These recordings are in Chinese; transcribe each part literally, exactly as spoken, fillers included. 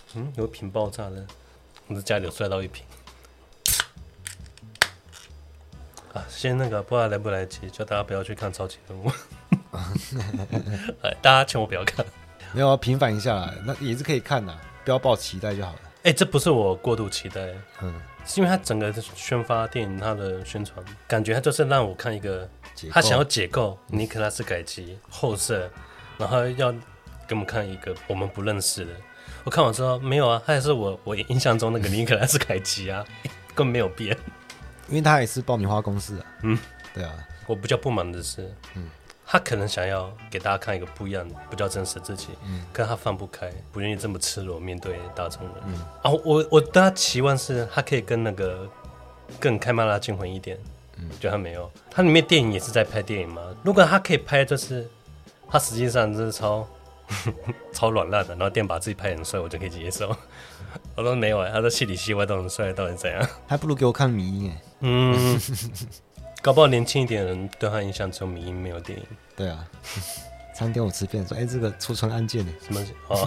嗯，有一瓶爆炸的，我在家里有摔到一瓶。啊，先那个不知道来不来得及，叫大家不要去看超级任务。哎，大家千万不要看。 没有啊，平反一下啦，那也是可以看的，不要抱期待就好了。 哎、欸，这不是我过度期待， 嗯， 是因为他整个宣发电影，他的宣传感觉他就是让我看一个，他想要解构尼可拉斯凯奇后设，然后要给我们看一个我们不认识的。我看完之后没有啊，他还是我我印象中那个尼可拉斯凯奇啊，根本没有变。 因为他也是爆米花公司啊。 嗯， 对啊。 我比较不满的是，嗯，他可能想要给大家看一个不一样、比较真实的自己，嗯，可是他放不开，不愿意这么赤裸面对大众人。嗯啊，我我对他期望是他可以跟那个更开曼拉惊魂一点，嗯，就他没有。他里面电影也是在拍电影嘛，如果他可以拍，就是他实际上就是超超软烂的，然后电影把自己拍很帅，我就可以接受。我说没有哎、欸，他说戏里戏外都很帅，到底怎样？ 还不如给我看迷因哎。 嗯，搞不好年轻一点的人对他印象只有迷因没有电影。 对啊，常点我吃片说，哎、欸，这个出村案件呢？ 什么？哦，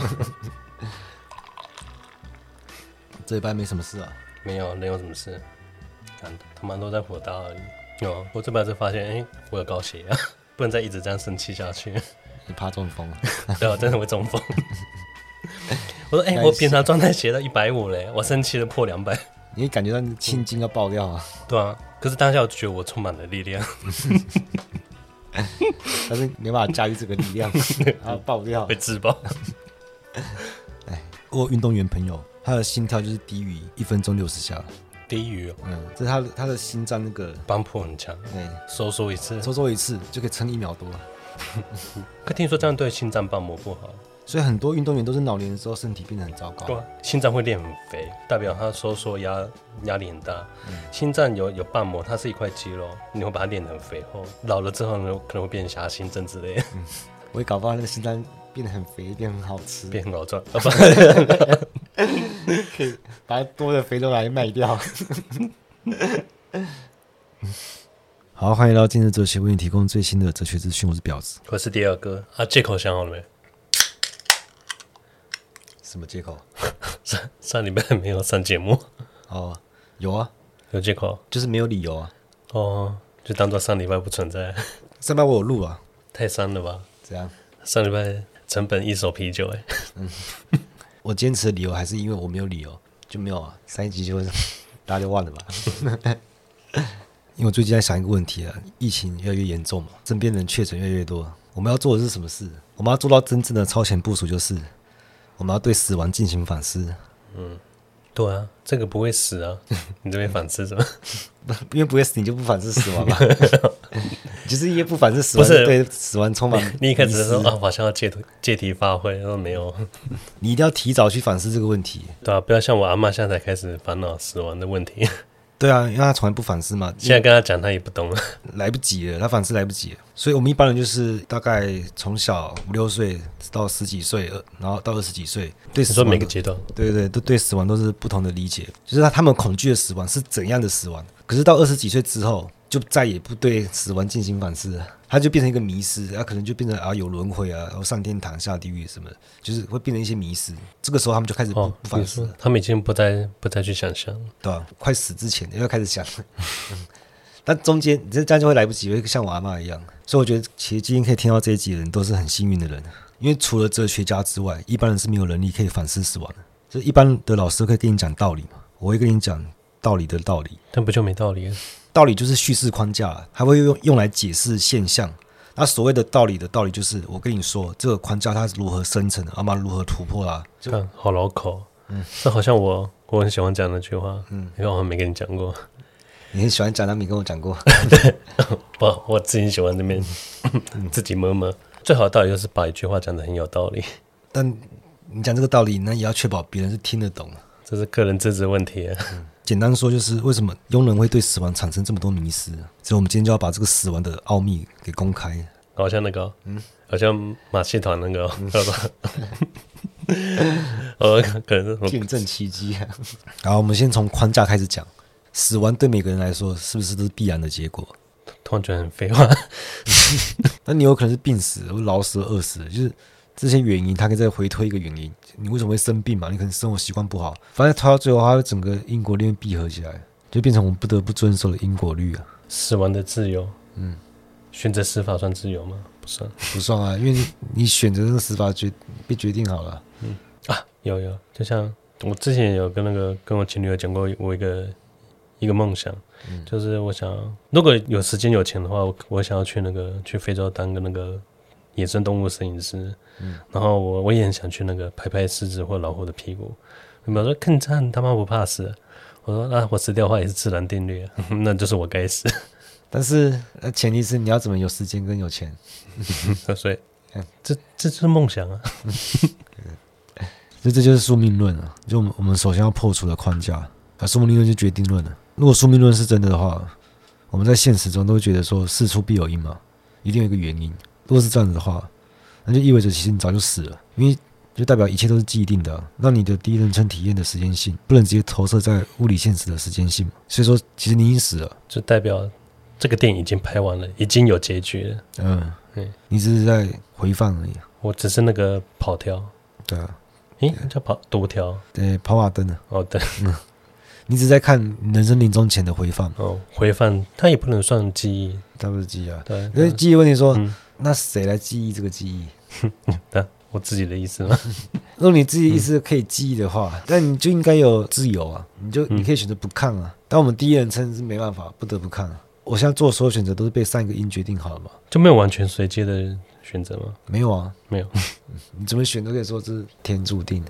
这一班没什么事啊？ 没有，能有什么事？他妈都在火大而已。有，我这边就发现，哎、欸，我有高血压，不能再一直这样生气下去。 你怕中风？ 对，我真的会中风。我说，哎、欸，我平常状态写到一百五嘞，我生气了破两百。 你会感觉到青筋要爆掉啊？ 对啊，可是当下我就觉得我充满了力量。 但是没办法驾驭这个力量，然后爆掉， 会自爆。 哎，我有运动员朋友，他的心跳就是低于一分钟六十下。 低于哦， 嗯，这是他的他的心脏那个帮迫很强， 哎， 收缩一次， 收缩一次就可以撑一秒多。 可听说这样对心脏瓣膜不好。 所以很多运动员都是老年的时候身体变得很糟糕。 对、啊，心脏会练很肥，代表他收缩压压力很大。嗯、心脏有有瓣膜，它是一块肌肉，你会把它练得很肥厚，老了之后呢，可能会变狭心症之类的。嗯、 我也搞不好那个心脏变得很肥，变得很好吃， 变很好赚， 可以把多的肥肉来卖掉。好，欢迎来到今日哲学，为你提供最新的哲学资讯。我是婊子， 我是第二哥啊。借口想好了没？ 什么借口？ 上上礼拜没有上节目哦，有啊， 有借口， 就是没有理由啊。 哦，就当做上礼拜不存在。 上礼拜我有录啊， 太伤了吧？ 怎样？ 上礼拜成本一手啤酒哎、欸。 嗯，我坚持的理由还是因为我没有理由，就没有啊。上一集就大家就忘了吧。因为我最近在想一个问题啊，疫情越来越严重嘛，身边人确诊越来越多，我们要做的是什么事？我们要做到真正的超前部署，就是我们要对死亡进行反思。 嗯，对啊，这个不会死啊，你这边反思什么？ 因为不会死，你就不反思死亡嘛。就是因为不反思死亡， 不是对死亡充满。 你一开始说啊，我好像要借借题发挥，说没有。 你一定要提早去反思这个问题。 对啊，不要像我阿嬷现在才开始烦恼死亡的问题。 对啊，因为他从来不反思嘛。 现在跟他讲，他也不懂了， 来不及了，他反思来不及了。所以我们一般人就是大概从小五六岁到十几岁，然后到二十几岁，对死亡， 你说每个阶段， 对对对，都对死亡都是不同的理解。就是他们恐惧的死亡是怎样的死亡，可是到二十几岁之后，就再也不对死亡进行反思了，他就变成一个迷思，他可能就变成啊有轮回啊，然后上天堂下地狱什么的，就是会变成一些迷思。这个时候他们就开始不、哦、不反思了， 他们已经不再不再去想象了， 对吧、啊？快死之前要开始想，但中间你这样就会来不及，会像我阿嬷一样。所以我觉得，其实今天可以听到这一集的人都是很幸运的人，因为除了哲学家之外，一般人是没有能力可以反思死亡的。就一般的老师可以跟你讲道理嘛，我会跟你讲道理的道理， 但不就没道理了？ 道理就是叙事框架，还会用用来解释现象。那所谓的道理的道理，就是我跟你说这个框架它是如何生成的，阿妈如何突破啦。 看好老口，嗯，这好像我我很喜欢讲那句话，嗯，因为我好像没跟你讲过。 你很喜欢讲，但没跟我讲过。 对，不，我自己喜欢这边自己摸摸。最好的道理就是把一句话讲得很有道理。 但你讲这个道理，那也要确保别人是听得懂。 这是个人自知问题、啊嗯。简单说就是为什么庸人会对死亡产生这么多迷思，所以我们今天就要把这个死亡的奥秘给公开。 好像那个、哦，嗯，好像马戏团那个、哦，知道吧？呃，可能是见证奇迹啊。好，我们先从框架开始讲。死亡对每个人来说，是不是都是必然的结果？ 突然觉得很废话。 那你有可能是病死、老死、饿死，就是这些原因，他可以再回推一个原因，你为什么会生病嘛？你可能生活习惯不好，反正推到最后，它会整个因果链闭合起来，就变成我们不得不遵守的因果律啊。 死亡的自由，嗯，选择死法算自由吗？不算， 不算啊，因为你你选择这个死法决被决定好了。 嗯啊，有有，就像我之前有跟那个跟我前女友讲过，我一个一个梦想。嗯、就是我想，如果有时间有钱的话，我我想要去那个去非洲当个那个野生动物摄影师，嗯、然后我我也很想去那个拍拍狮子或老虎的屁股。有没有说看战他妈不怕死、啊？我说啊，我死掉的话也是自然定律啊，那就是我该死。 但是呃，前提是你要怎么有时间跟有钱， 所以这这就是梦想啊。 所以这就是宿命论啊，就我们我们首先要破除的框架啊，宿命论就决定论了。如果宿命论是真的的话，我们在现实中都会觉得说事出必有因嘛，一定有一个原因。如果是这样子的话，那就意味着其实你早就死了，因为就代表一切都是既定的、啊，让你的第一人称体验的时间性不能直接投射在物理现实的时间性嘛。所以说，其实你已经死了， 就代表这个电影已经拍完了，已经有结局了。嗯， 嗯你只是在回放而已。 我只是那个跑跳。 对啊。 诶，叫跑独跳。 对，跑马灯啊。 哦，对。 嗯你只在看人生临终前的回放哦，回放它也不能算记忆， 它不是记忆啊。 对， 因为记忆问题说，嗯、那谁来记忆这个记忆？ 对，我自己的意思嘛。 如果你自己意思可以记忆的话，嗯、但你就应该有自由啊，你就你可以选择不看啊。但我们第一人称是没办法，不得不看啊。我现在做所有选择都是被上一个因决定好了嘛， 就没有完全随机的选择吗？ 没有啊， 没有。 你怎么选都可以说这是天注定的。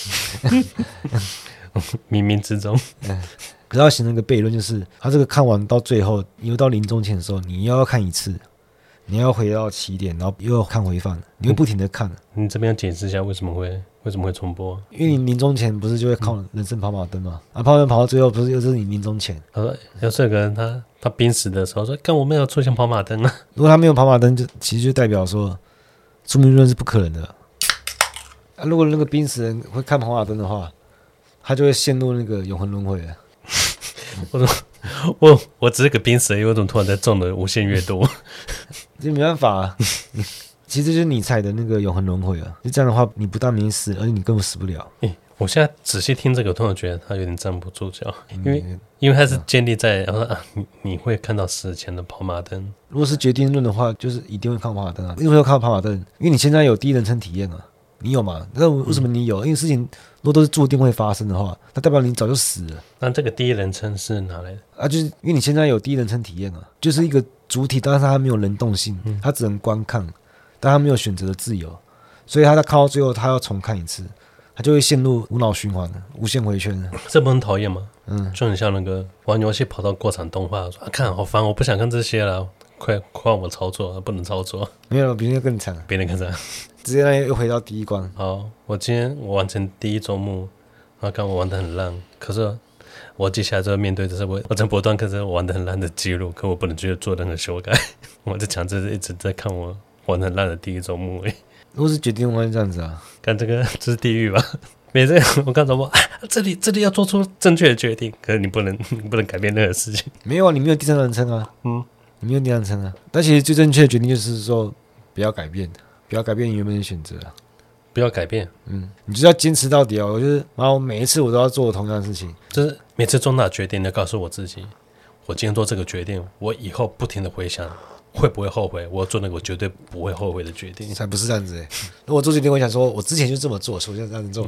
冥冥之中， 嗯，可是要形成一个悖论，就是他这个看完到最后，你又到临终前的时候，你又要看一次，你要回到起点，然后又要看回放，你会不停的看。 你这边要解释一下为什么会为什么会重播？ 因为你临终前不是就会靠人生跑马灯吗？啊，跑马灯跑到最后，不是又是你临终前？ 他说，要是有个人他他濒死的时候说，干我没有出现跑马灯啊。 如果他没有跑马灯，就其实就代表说，宿命论是不可能的。啊，如果那个濒死人会看跑马灯的话，他就会陷入那个永恒轮回了。 我我我只是个濒死人，为什么突然在中的无限越多？ 这没办法、啊，其实就是你猜的那个永恒轮回啊。就这样的话，你不但没死，而且你根本死不了。 欸、我现在仔细听这个，我突然觉得他有点站不住脚，因为、嗯、因为他是建立在然后啊，你你会看到死前的跑马灯。 如果是决定论的话，就是一定会看跑马灯啊。为什么要看跑马灯？因为你现在有第一人称体验啊。你有吗？那为什么你有？因为事情如果都是注定会发生的话，那代表你早就死了。 那这个第一人称是哪来的啊？就是因为你现在有第一人称体验啊，就是一个主体，但是它没有能动性，它只能观看，但它没有选择的自由，所以他在看到最后，他要重看一次，他就会陷入无脑循环了，无限回圈了。 这不很讨厌吗？嗯，就很像那个玩游戏跑到过场动画，说啊，看好烦，我不想看这些了。快快让我操作，不能操作。 没有，比那更惨， 比那更惨。 直接又回到第一关。 好，我今天我完成第一周目，然后看我玩得很烂，可是我接下来就要面对的是我我在不断看着我玩得很烂的记录，可我不能去做任何修改。我在强制一直在看我玩得很烂的第一周目而已。 如果是决定玩这样子啊， 看这个这是地狱吧？每次我看什么、啊，这里这里要做出正确的决定，可是你不能你不能改变任何事情。 没有啊，你没有第三人称啊，嗯。你没有第三人称啊，但其实最正确的决定就是说，不要改变，不要改变你原本的选择啊， 不要改变， 嗯，你就是要坚持到底哦。我就是，然后每一次我都要做同样的事情， 就是每次重大决定，要告诉我自己，我今天做这个决定，我以后不停的回想，会不会后悔？我做那个我绝对不会后悔的决定， 才不是这样子哎。如果做决定，我想说，我之前就这么做，所以我现在这样做。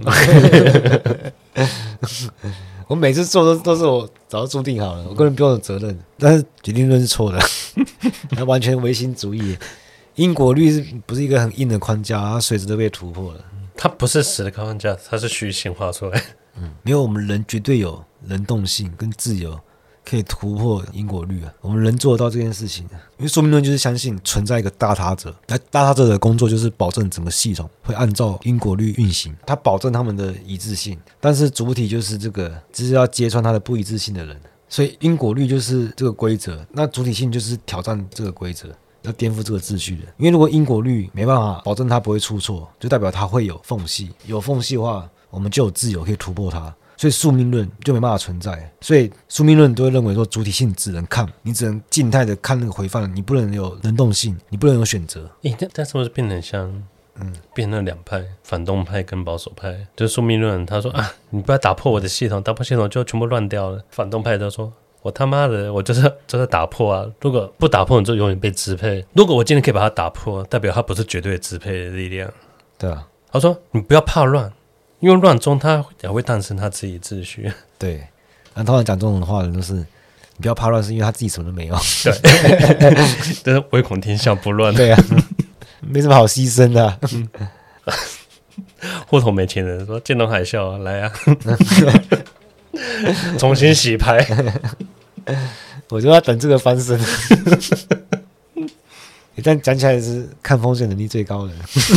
我每次做都都是我早就注定好了，我个人不用有责任。但是决定论是错的，它完全唯心主义。因果律是不是一个很硬的框架？它随时都被突破了。 它不是死的框架，它是虚显化出来。 嗯，没有，我们人绝对有能动性跟自由，可以突破因果律啊。我们人做得到这件事情，因为宿命论就是相信存在一个大他者，那大他者的工作就是保证整个系统会按照因果律运行，他保证他们的一致性。但是主体就是这个，就是要揭穿他的不一致性的人。所以因果律就是这个规则，那主体性就是挑战这个规则，要颠覆这个秩序的。因为如果因果律没办法保证它不会出错，就代表它会有缝隙，有缝隙的话，我们就有自由可以突破它。所以宿命论就没办法存在，所以宿命论都会认为说主体性只能看，你只能静态的看那个回放，你不能有能动性，你不能有选择。 欸、但但是不是变得很像嗯，变成两派，反动派跟保守派。就是宿命论，他说啊，你不要打破我的系统，打破系统就全部乱掉了。反动派都说，我他妈的，我就是就是打破啊！如果不打破，你就永远被支配。如果我今天可以把它打破，代表它不是绝对支配的力量。 对啊， 他说你不要怕乱，因为乱中它也会诞生它自己的秩序。 对，那通常讲这种话的都是。你不要怕乱，是因为他自己什么都没有。 对，但是唯恐天下不乱。 对啊，没什么好牺牲的、啊。 户头没钱人说见龙海啸、啊、来啊，重新洗牌。 我就要等这个翻身。但讲起来是看风险能力最高的。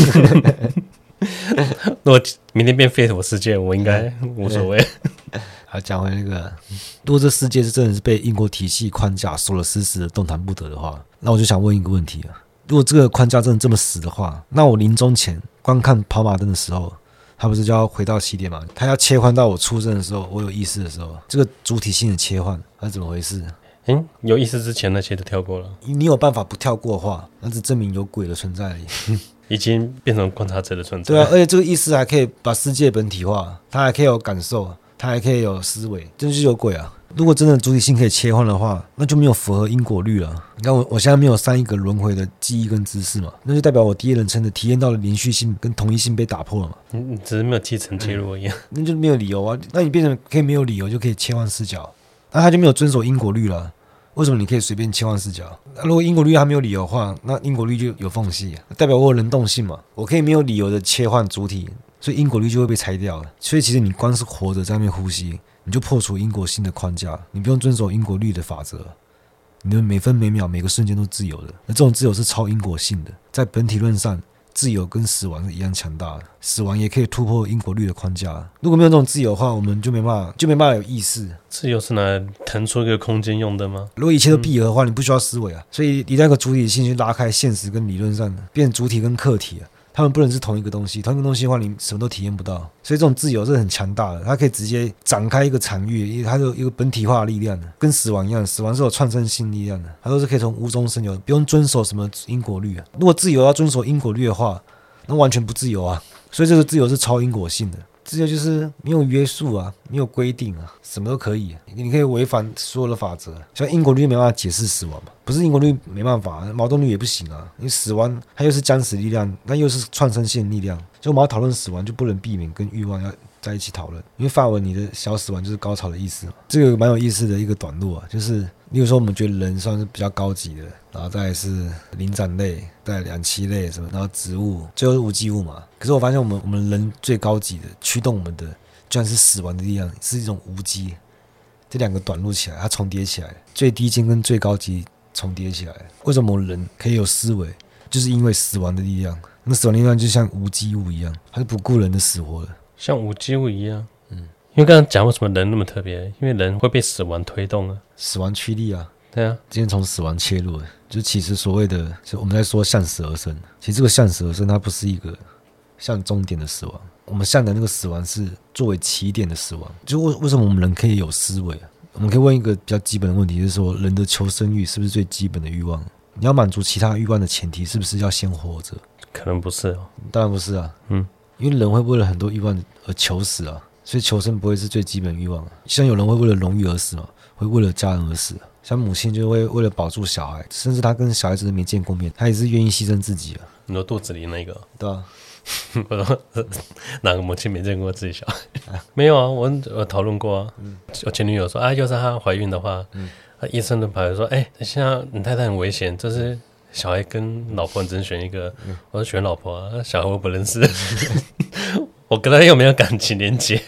如果明天变废土世界，我应该无所谓。 好，讲回那个，如果这世界是真的是被英国体系框架锁了死死的，动弹不得的话，那我就想问一个问题啊：如果这个框架真的这么死的话，那我临终前观看跑马灯的时候，他不是就要回到起点吗？他要切换到我出生的时候，我有意识的时候，这个主体性的切换，那是怎么回事？ 嗯，有意识之前那些都跳过了。 你有办法不跳过的话，那只证明有鬼的存在而已。 已经变成观察者的存在。 对啊，而且这个意识还可以把世界本体化，它还可以有感受，它还可以有思维，这就是有鬼啊！如果真的主体性可以切换的话，那就没有符合因果律了。你看我，我现在没有上一个轮回的记忆跟知识嘛，那就代表我第一人称的体验到的连续性跟同一性被打破了嘛。 你只是没有继承切入而已、嗯， 那就没有理由啊。那你变成可以没有理由就可以切换视角，那他就没有遵守因果律了。为什么你可以随便切换视角？那如果因果律还没有理由的话，那因果律就有缝隙，代表我有能动性嘛？我可以没有理由的切换主体，所以因果律就会被拆掉了。所以其实你光是活着在那边呼吸，你就破除因果性的框架，你不用遵守因果律的法则，你的每分每秒每个瞬间都自由的。而这种自由是超因果性的，在本体论上，自由跟死亡是一样强大的，死亡也可以突破因果律的框架。如果没有这种自由的话，我们就没办法，就没办法有意识。 自由是拿来腾出一个空间用的吗？ 如果一切都闭合的话，你不需要思维啊。所以你那个主体性去拉开现实跟理论上，变主体跟客体啊，他们不能是同一个东西。同一个东西的话，你什么都体验不到。所以这种自由是很强大的，它可以直接展开一个场域，因为它有一个本体化的力量的，跟死亡一样，死亡是有创生性力量的，它都是可以从无中生有，不用遵守什么因果律啊。如果自由要遵守因果律的话，那完全不自由啊。所以这个自由是超因果性的。自由就是没有约束啊，没有规定啊，什么都可以，你可以违反所有的法则。像因果律没办法解释死亡嘛，不是因果律没办法，矛盾律也不行啊。因为死亡它又是将死力量，那又是创生性力量，所以我们要讨论死亡就不能避免跟欲望要在一起讨论。因为法文你的小死亡就是高潮的意思嘛，这个蛮有意思的一个短路啊，就是例如说我们觉得人算是比较高级的，然后再来是灵长类，再来两栖类什么，然后植物，最后是无机物嘛。可是我发现我们我们人最高级的驱动我们的，居然是死亡的力量，是一种无机。这两个短路起来，它重叠起来，最低阶跟最高级重叠起来。为什么人可以有思维？就是因为死亡的力量。那死亡力量就像无机物一样，它是不顾人的死活的， 像无机物一样。嗯，因为刚刚讲为什么人那么特别，因为人会被死亡推动啊， 死亡驱力啊。 对啊， 今天从死亡切入，就其实所谓的，就我们在说向死而生。其实这个向死而生，它不是一个向终点的死亡，我们向的那个死亡是作为起点的死亡。就为为什么我们人可以有思维啊？我们可以问一个比较基本的问题，就是说人的求生欲是不是最基本的欲望？你要满足其他欲望的前提，是不是要先活着？ 可能不是哦。 当然不是啊。嗯，因为人会为了很多欲望而求死啊，所以求生不会是最基本欲望啊。像有人会为了荣誉而死嘛，会为了家人而死啊。像母亲就会为了保住小孩，甚至他跟小孩子都没见过面，他也是愿意牺牲自己啊。 你说肚子里那个？ 对啊。 我说哪个母亲没见过自己小孩？啊、没有啊，我我讨论过啊。嗯、我前女友说啊，要是她怀孕的话，嗯、啊、医生都跑来说，哎、欸，现在你太太很危险，这是小孩跟老婆，你只能选一个。嗯、我说选老婆啊，小孩我不认识，我跟他又没有感情连结。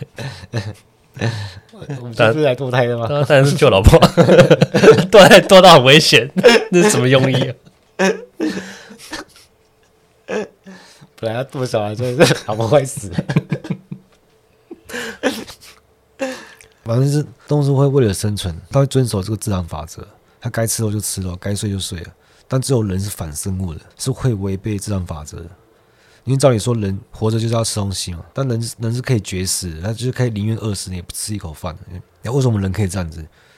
我们不是来堕胎的吗？ 当然是救老婆，堕胎堕到很危险，这是什么用意啊？ 本来要堕小孩，真的是老婆会死。反正是动物会为了生存，它会遵守这个自然法则，它该吃肉就吃肉，该睡就睡了。但只有人是反生物的，是会违背自然法则的。因为照理说，人活着就是要吃东西嘛，但人人是可以绝食的，他就是可以宁愿饿死，你也不吃一口饭的。为什么人可以这样子？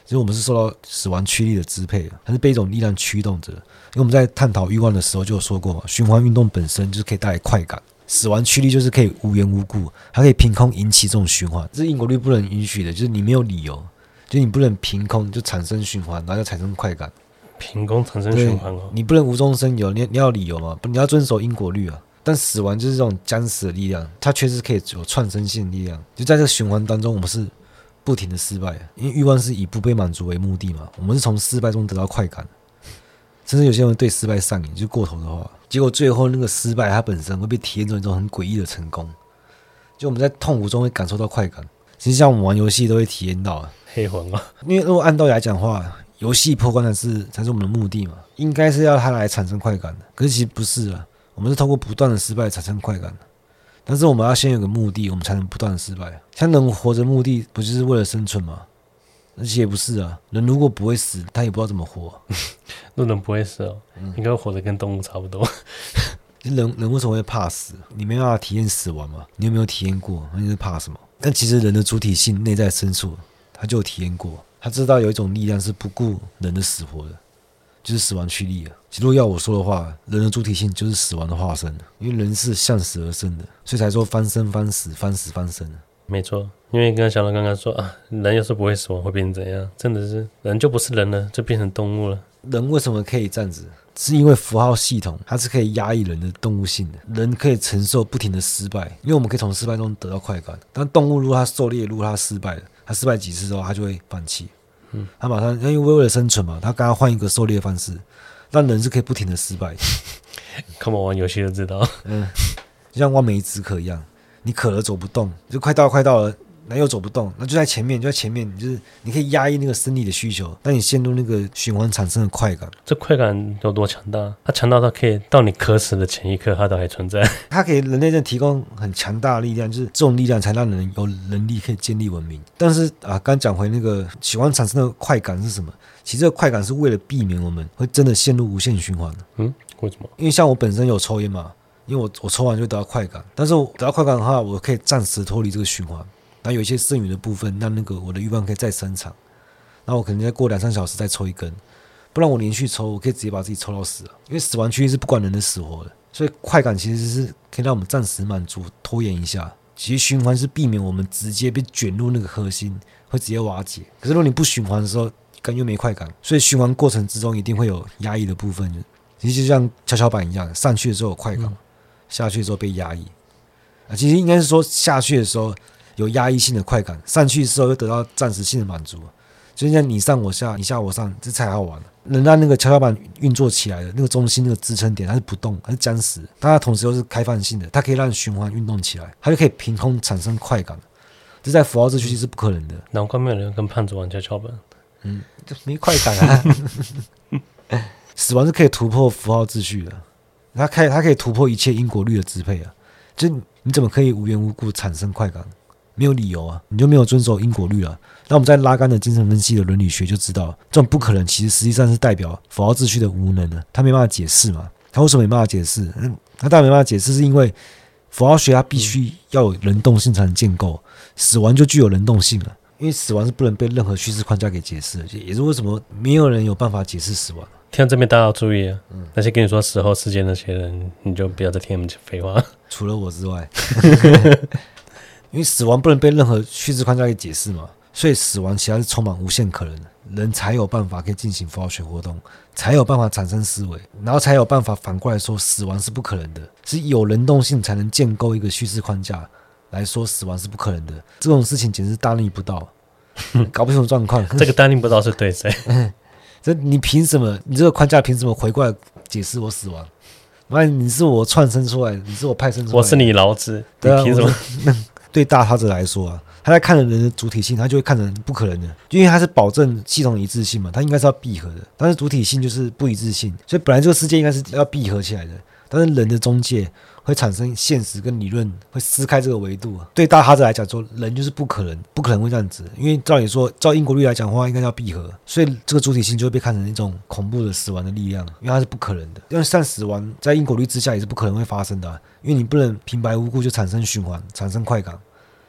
其实我们是受到死亡驱力的支配，它是被一种力量驱动着。因为我们在探讨欲望的时候就有说过嘛，循环运动本身就是可以带来快感，死亡驱力就是可以无缘无故，它可以凭空引起这种循环，这是因果律不能允许的，就是你没有理由，就是你不能凭空就产生循环，然后就产生快感。 凭空产生循环哦， 你不能无中生有，你你要有理由嘛，你要遵守因果律啊。但死亡就是这种僵死的力量，它确实可以有创生性的力量。就在这个循环当中，我们是不停的失败，因为欲望是以不被满足为目的嘛，我们是从失败中得到快感。甚至有些人对失败上瘾，就过头的话，结果最后那个失败它本身会被体验成一种很诡异的成功。就我们在痛苦中会感受到快感，其实像我们玩游戏都会体验到黑魂啊。 因为如果按道理来讲的话，游戏破关才是才是我们的目的嘛，应该是要它来产生快感的。可是其实不是啊，我们是透过不断的失败产生快感的。但是我们要先有个目的，我们才能不断的失败。像人活着目的不就是为了生存吗？而且也不是啊，人如果不会死，他也不知道怎么活、啊。 那人不会死哦，嗯、应该活得跟动物差不多。 人人为什么会怕死？你没办法体验死亡嘛？你有没有体验过？那你是怕什么？但其实人的主体性内在深处，他就有体验过，他知道有一种力量是不顾人的死活的，就是死亡驱力啊。其实如果要我说的话，人的主体性就是死亡的化身，因为人是向死而生的，所以才说翻生翻死翻死翻生。 没错，因为刚刚小老刚刚说啊，人要是不会死亡会变成怎样？真的是人就不是人了，就变成动物了。 人为什么可以这样子？是因为符号系统它是可以压抑人的动物性的，人可以承受不停的失败，因为我们可以从失败中得到快感。但动物如果它狩猎，如果它失败了，它失败几次之后，它就会放弃。嗯，它马上因为为了生存嘛，它刚刚换一个狩猎方式，但人是可以不停的失败。 看我玩游戏就知道， 嗯，就像望梅止渴一样，你渴了走不动，就快到快到了。那又走不动，那就在前面，就在前面，就是你可以压抑那个生理的需求，但你陷入那个循环产生的快感。 这快感有多强大？它强大到可以到你渴死的前一刻，它都还存在。 它给人类提供很强大的力量，就是这种力量才让人有能力可以建立文明。但是啊，刚讲回那个喜欢产生的快感是什么？其实这个快感是为了避免我们会真的陷入无限循环。 嗯，为什么？ 因为像我本身有抽烟嘛，因为我我抽完就会得到快感，但是我得到快感的话，我可以暂时脱离这个循环。然后有一些剩余的部分，让那个我的欲望可以再生长。然后我可能再过两三小时再抽一根，不然我连续抽，我可以直接把自己抽到死了。因为死亡驱力是不管人的死活的，所以快感其实是可以让我们暂时满足、拖延一下。其实循环是避免我们直接被卷入那个核心，会直接瓦解。可是如果你不循环的时候，感觉没快感，所以循环过程之中一定会有压抑的部分。其实就像跷跷板一样，上去的时候有快感，嗯、下去的时候被压抑。啊，其实应该是说下去的时候有压抑性的快感，上去的时候又得到暂时性的满足，就像你上我下，你下我上，这才好玩。能让那个跷跷板运作起来的那个中心那个支撑点，它是不动，它是僵死，但它同时又是开放性的，它可以让循环运动起来，它就可以凭空产生快感。这在符号秩序是不可能的。 难怪没有人跟胖子玩跷跷板， 嗯，就没快感啊。死亡是可以突破符号秩序的，它可以它可以突破一切因果律的支配啊，就你怎么可以无缘无故产生快感？没有理由啊，你就没有遵守因果律啊。那我们在拉杆的精神分析的伦理学就知道，这种不可能其实实际上是代表符号秩序的无能的，他没办法解释嘛。他为什么没办法解释？嗯，他当然没办法解释，是因为符号学它必须要有人动性才能建构，死亡就具有人动性了，因为死亡是不能被任何叙事框架给解释的，也是为什么没有人有办法解释死亡。 听到这边大家要注意啊，嗯、那些跟你说死后世界那些人，你就不要再听他们讲废话。 除了我之外。因为死亡不能被任何叙事框架给解释嘛，所以死亡其实是充满无限可能的，人才有办法可以进行符号学活动，才有办法产生思维，然后才有办法反过来说死亡是不可能的，是有人动性才能建构一个叙事框架来说死亡是不可能的，这种事情简直是大逆不道，搞不清楚状况。 这个大逆不道是对谁？ 这你凭什么？你这个框架凭什么回过来解释我死亡？妈，你是我创生出来的，你是我派生出来的， 我是你老子， 对啊， 你凭什么？ 对大他者来说啊，他在看着人的主体性，他就会看成不可能的，因为他是保证系统一致性嘛，他应该是要闭合的，但是主体性就是不一致性，所以本来这个世界应该是要闭合起来的，但是人的中介会产生现实跟理论会撕开这个维度。对大他者来讲说，人就是不可能，不可能会这样子，因为照理说，照因果律来讲的话，应该要闭合，所以这个主体性就会被看成一种恐怖的死亡的力量，因为它是不可能的，因为像死亡在因果律之下也是不可能会发生的、啊，因为你不能平白无故就产生循环，产生快感。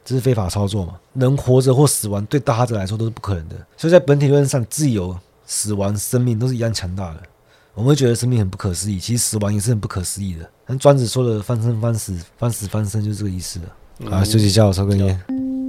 这是非法操作嘛。人活着或死亡对大哈哲来说都是不可能的，所以在本体论上，自由、死亡、生命都是一样强大的。我们会觉得生命很不可思议，其实死亡也是很不可思议的。但庄子说的翻生翻死、翻死翻生就是这个意思了。嗯、好，休息一下，我抽根烟。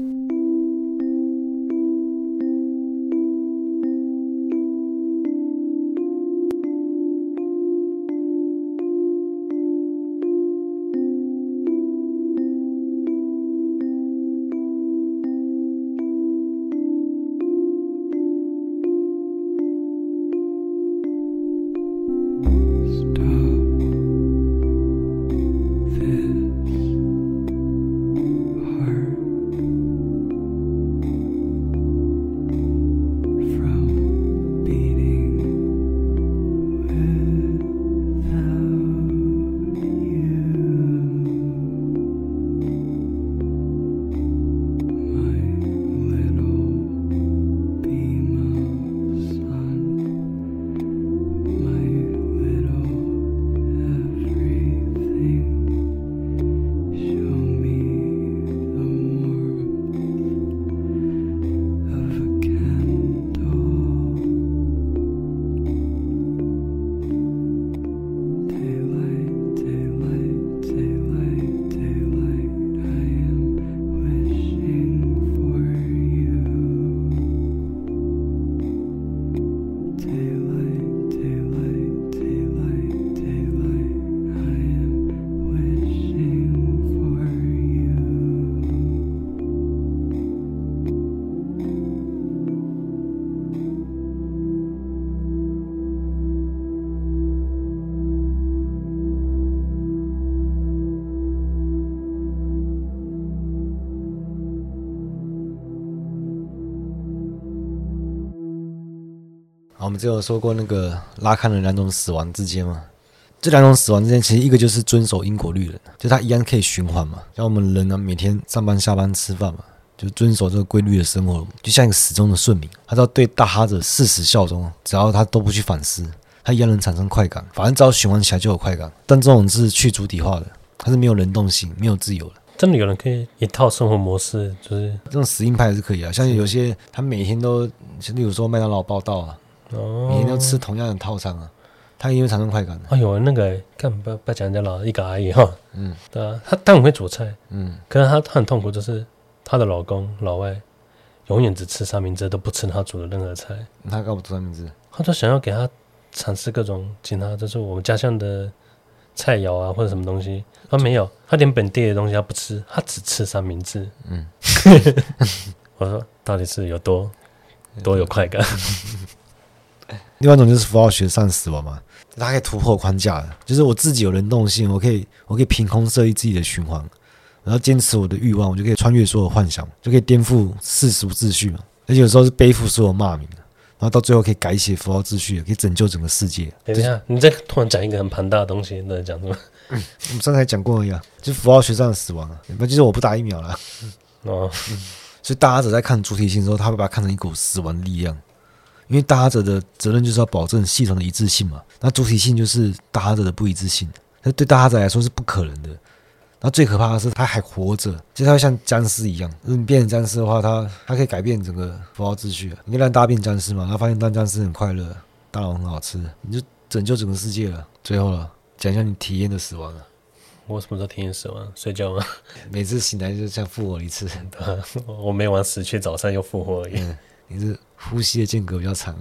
我们之前有说过那个拉康的两种死亡之间嘛，这两种死亡之间其实一个就是遵守因果律人，就它一样可以循环嘛，像我们人呢每天上班下班吃饭嘛，就遵守这个规律的生活，就像一个始终的顺民，他要对大哈者誓死效忠，只要他都不去反思，他一样能产生快感，反正只要循环起来就有快感。但这种是去主体化的，它是没有能动性，没有自由的。 真的有人可以一套生活模式，就是这种死硬派是可以啊，像有些他每天都，例如说麦当劳报道啊。哦、每天都吃同样的套餐啊，他也会产生快感的。 哎呦，那个干不不讲人家老一个阿姨哈，嗯，对啊，她她很会煮菜，嗯，可是她她很痛苦，就是她的老公老外永远只吃三明治，都不吃她煮的任何菜。 他干嘛煮三明治？ 他就想要给他尝试各种其他，就是我们家乡的菜肴啊，或者什么东西。他没有，他连本地的东西他不吃，他只吃三明治。嗯，我说到底是有多多有快感？ 另外一种就是符号学上死亡嘛，它可以突破框架的，就是我自己有能动性，我可以我可以凭空设立自己的循环，然后坚持我的欲望，我就可以穿越所有幻想，就可以颠覆世俗秩序嘛。而且有时候是背负所有骂名，然后到最后可以改写符号秩序，可以拯救整个世界。 等一下，你这突然讲一个很庞大的东西，你在讲什么？ 嗯、我们刚才讲过而已啊，就是符号学上的死亡啊，那就是我不打疫苗了。哦、嗯，所以大哈者在看主体性的时候，他会把它看成一股死亡的力量。因为大哈者的责任就是要保证系统的一致性嘛，那主体性就是大哈者的不一致性，那对大哈者来说是不可能的。那最可怕的是他还活着，就他会像僵尸一样。如果你变成僵尸的话，他他可以改变整个符号秩序。你可以让大家变僵尸嘛，他发现当僵尸很快乐，大脑很好吃，你就拯救整个世界了。最后了，讲一下你体验的死亡了。 我什么时候体验死亡？睡觉吗？ 每次醒来就像复活一次。 我每晚死去，早上又复活而已。嗯， 你是呼吸的间隔比较长。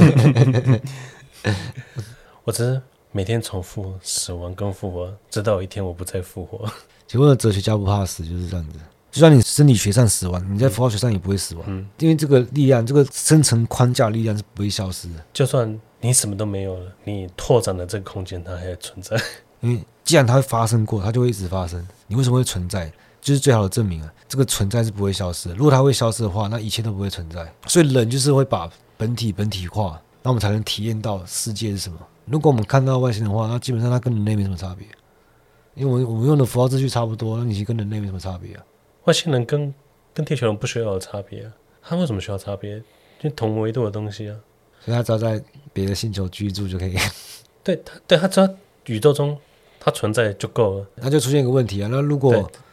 我只是每天重复死亡跟复活，直到有一天我不再复活。 结果哲学家不怕死就是这样子，就算你生理学上死亡，你在符号学上也不会死亡，嗯、因为这个力量，这个深层框架力量是不会消失的。 就算你什么都没有了，你拓展的这个空间它还存在。 因为既然它会发生过，它就会一直发生。你为什么会存在？就是最好的证明啊！这个存在是不会消失的。如果它会消失的话，那一切都不会存在。所以人就是会把本体本体化，那我们才能体验到世界是什么。如果我们看到外星人的话，那基本上它跟人类没什么差别，因为我们我们用的符号秩序差不多，那你其实跟人类没什么差别啊。 外星人跟跟地球人不需要有差别啊，他为什么需要差别？就同维度的东西啊。 所以他只要在别的星球居住就可以。 对，他对他只要宇宙中它存在就够了。 那就出现一个问题啊，那如果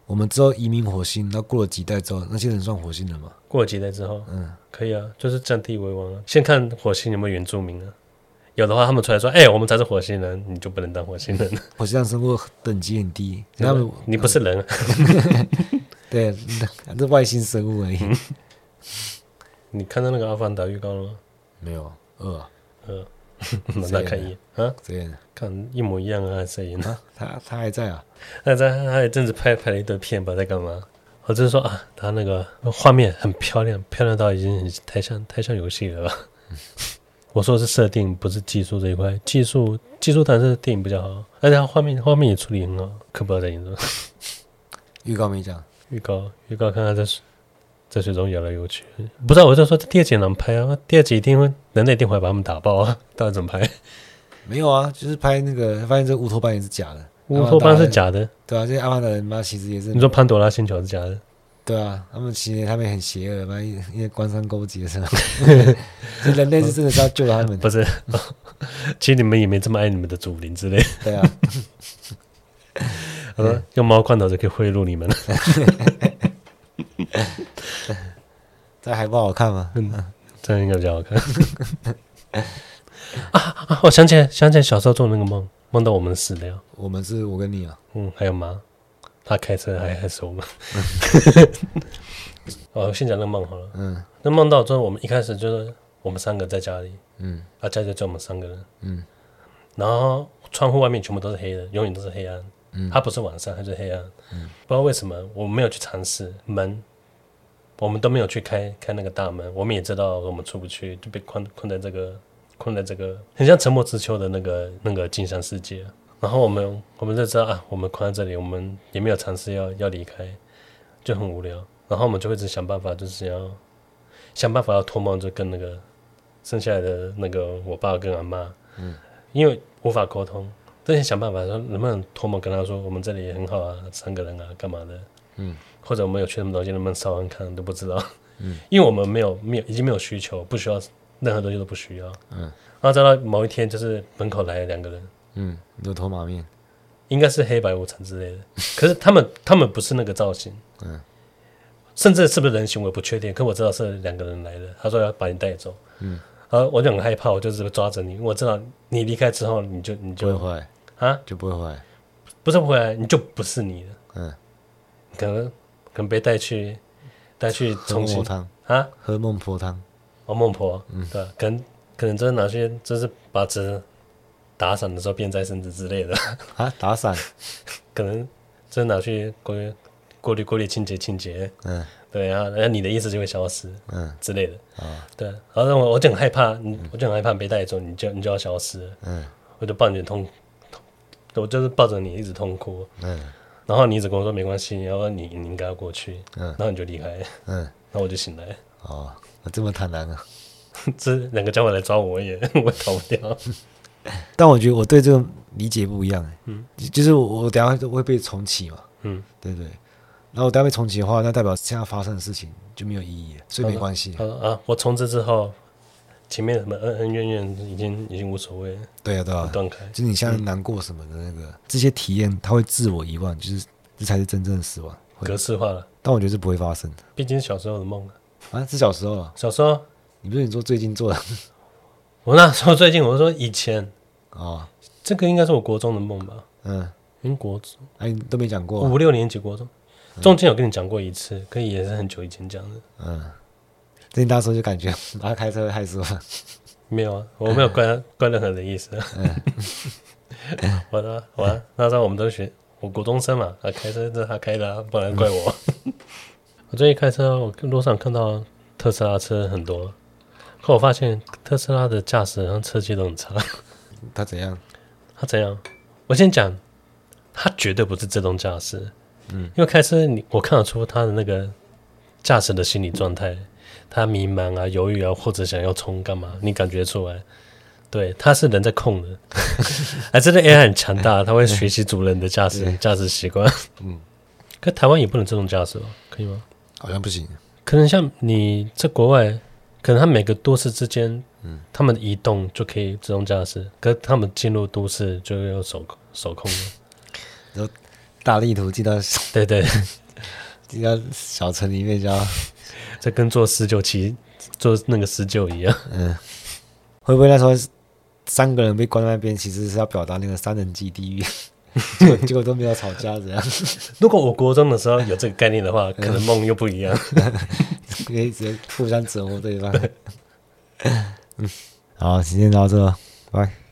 我们之后移民火星，那过了几代之后，那些人算火星人吗？ 过了几代之后， 嗯， 可以啊，就是占地为王啊。先看火星有没有原住民啊，有的话他们出来说，哎、欸，我们才是火星人，你就不能当火星人。 火星上生物等级很低，他们你不是人、啊。 对，这外星生物而已。嗯、 你看到那个阿凡达预告了吗？ 没有，二啊， 二。那再看一眼啊， 这样看一模一样啊，谁演啊？ 他他还在啊？ 他在，他有阵子拍拍了一堆片吧，在干嘛？我就是说啊，他那个画面很漂亮，漂亮到已经很太像太像游戏了吧？嗯、我说的是设定，不是技术这一块。技术技术当然是电影比较好，而且他画面画面也处理很好，可不知道在演什么。预告没讲， 预告预告看他在在水中游来游去，不知道我就说第二集能拍啊？第二集一定会人类一定会把他们打爆啊！到底怎么拍？ 没有啊，就是拍那个发现这个乌托邦也是假的， 乌托邦是假的， 对啊，这些阿凡达人妈其实也是。 你说潘多拉星球是假的？ 对啊，他们其实他们很邪恶，妈因为官商勾结是吧？所以人类是真的是要救他们的， 不是？其实你们也没这么爱你们的祖灵之类。 对啊， 他说用猫罐头就可以贿赂你们了。 这还不好看吗？ 嗯，这样应该比较好看。啊啊！我想起来，想起来小时候做的那个梦，梦到我们死掉。 我们是我跟你啊， 嗯，还有妈，他开车还还是我们。哦，先讲那个梦好了。嗯，那梦到之后，我们一开始就是我们三个在家里，嗯，啊，家里就我们三个人，嗯，然后窗户外面全部都是黑的，永远都是黑暗。嗯，它不是晚上，它就是黑暗。嗯，不知道为什么，我们没有去尝试门。我们都没有去开开那个大门，我们也知道我们出不去，就被困困在这个困在这个很像沉默之丘的那个那个镜像世界。然后我们我们就知道啊，我们困在这里，我们也没有尝试要要离开，就很无聊。然后我们就会一直想办法，就是要想办法要托梦，就跟那个剩下来的那个我爸跟阿嬷，嗯，因为无法沟通，但是想办法说能不能托梦跟他说，我们这里也很好啊，三个人啊，干嘛的，嗯。或者我们有缺什么东西，能不能烧完看都不知道，嗯，因为我们没有没有已经没有需求，不需要任何东西都不需要，嗯，然后直到某一天，就是门口来了两个人，嗯， 牛头马面， 应该是黑白无常之类的，可是他们他们不是那个造型，嗯，甚至是不是人形我不确定，可我知道是两个人来的，他说要把你带走，嗯，然后我就很害怕，我就是抓着你，我知道你离开之后，你就你就不会回来啊，就不会回来， 不是不回来，你就不是你了，嗯，可能。可能被带去，带去重新喝啊，喝孟婆汤。 哦，孟婆，嗯，对，可能可能真的拿去，就是把纸打伞的时候变再生纸之类的啊，打伞， 可能真的拿去过滤过滤过滤清洁清洁，嗯，对啊，然后你的意识就会消失，嗯之类的啊、哦，对，然后我我就很害怕，嗯、我就很害怕被带走，你就你就要消失了，嗯，我就抱你痛，我就是抱着你一直痛哭，嗯。然后你一直跟我说没关系，然后你你应该要过去，嗯，然后你就离开，嗯，然后我就醒来。 哦，这么坦然啊！ 这两个家伙来抓我，我也我逃不掉。 但我觉得我对这个理解不一样，嗯，就是我我等一下会被重启嘛，嗯，对对。然后我等一下被重启的话，那代表现在发生的事情就没有意义了，所以没关系。 啊啊！我重置之后。前面什么恩恩怨怨已经已经无所谓了， 对啊对啊， 断开。 就是你现在难过什么的那个、嗯、这些体验，它会自我遗忘，就是这才是真正的死亡， 格式化了。 但我觉得是不会发生的， 毕竟是小时候的梦啊。 啊，是小时候啊， 小时候， 你不是你说最近做的？ 我那时候最近，我说以前啊、哦，这个应该是我国中的梦吧？嗯，因国中， 哎、啊，你都没讲过、啊， 五六年级国中，中间有跟你讲过一次，可以也是很久以前讲的。嗯。 所以那时候就感觉他开车会害死我。 没有啊，我没有怪他怪任何的意思。嗯、我的我的那时候我们都学，我国中生嘛，他开车是他开的、啊，不然怪我。我最近开车，我路上看到特斯拉车很多，可我发现特斯拉的驾驶好像车技都很差。 他怎样？ 他怎样？我先讲，他绝对不是自动驾驶。嗯，因为开车你我看得出他的那个驾驶的心理状态。他迷茫啊、犹豫啊，或者想要冲干嘛？你感觉出来？对，他是人在控的，哎，真的 A I 很强大，他会学习主人的驾驶驾驶习惯。嗯，可台湾也不能自动驾驶哦，可以吗？ 好像不行。 可能像你在国外，可能他每个都市之间，嗯，他们移动就可以自动驾驶，可是他们进入都市就要手手控了。 然后大地图寄到对对， 寄到小城里面就要， 这跟做十九期做那个十九一样。 嗯，会不会那时候三个人被关在那边，其实是要表达那个三人即地狱，结果结果都没有吵架，这样。 如果我国中的时候有这个概念的话，可能梦又不一样， 可以直接互相折磨对方。嗯，好，今天到这，拜。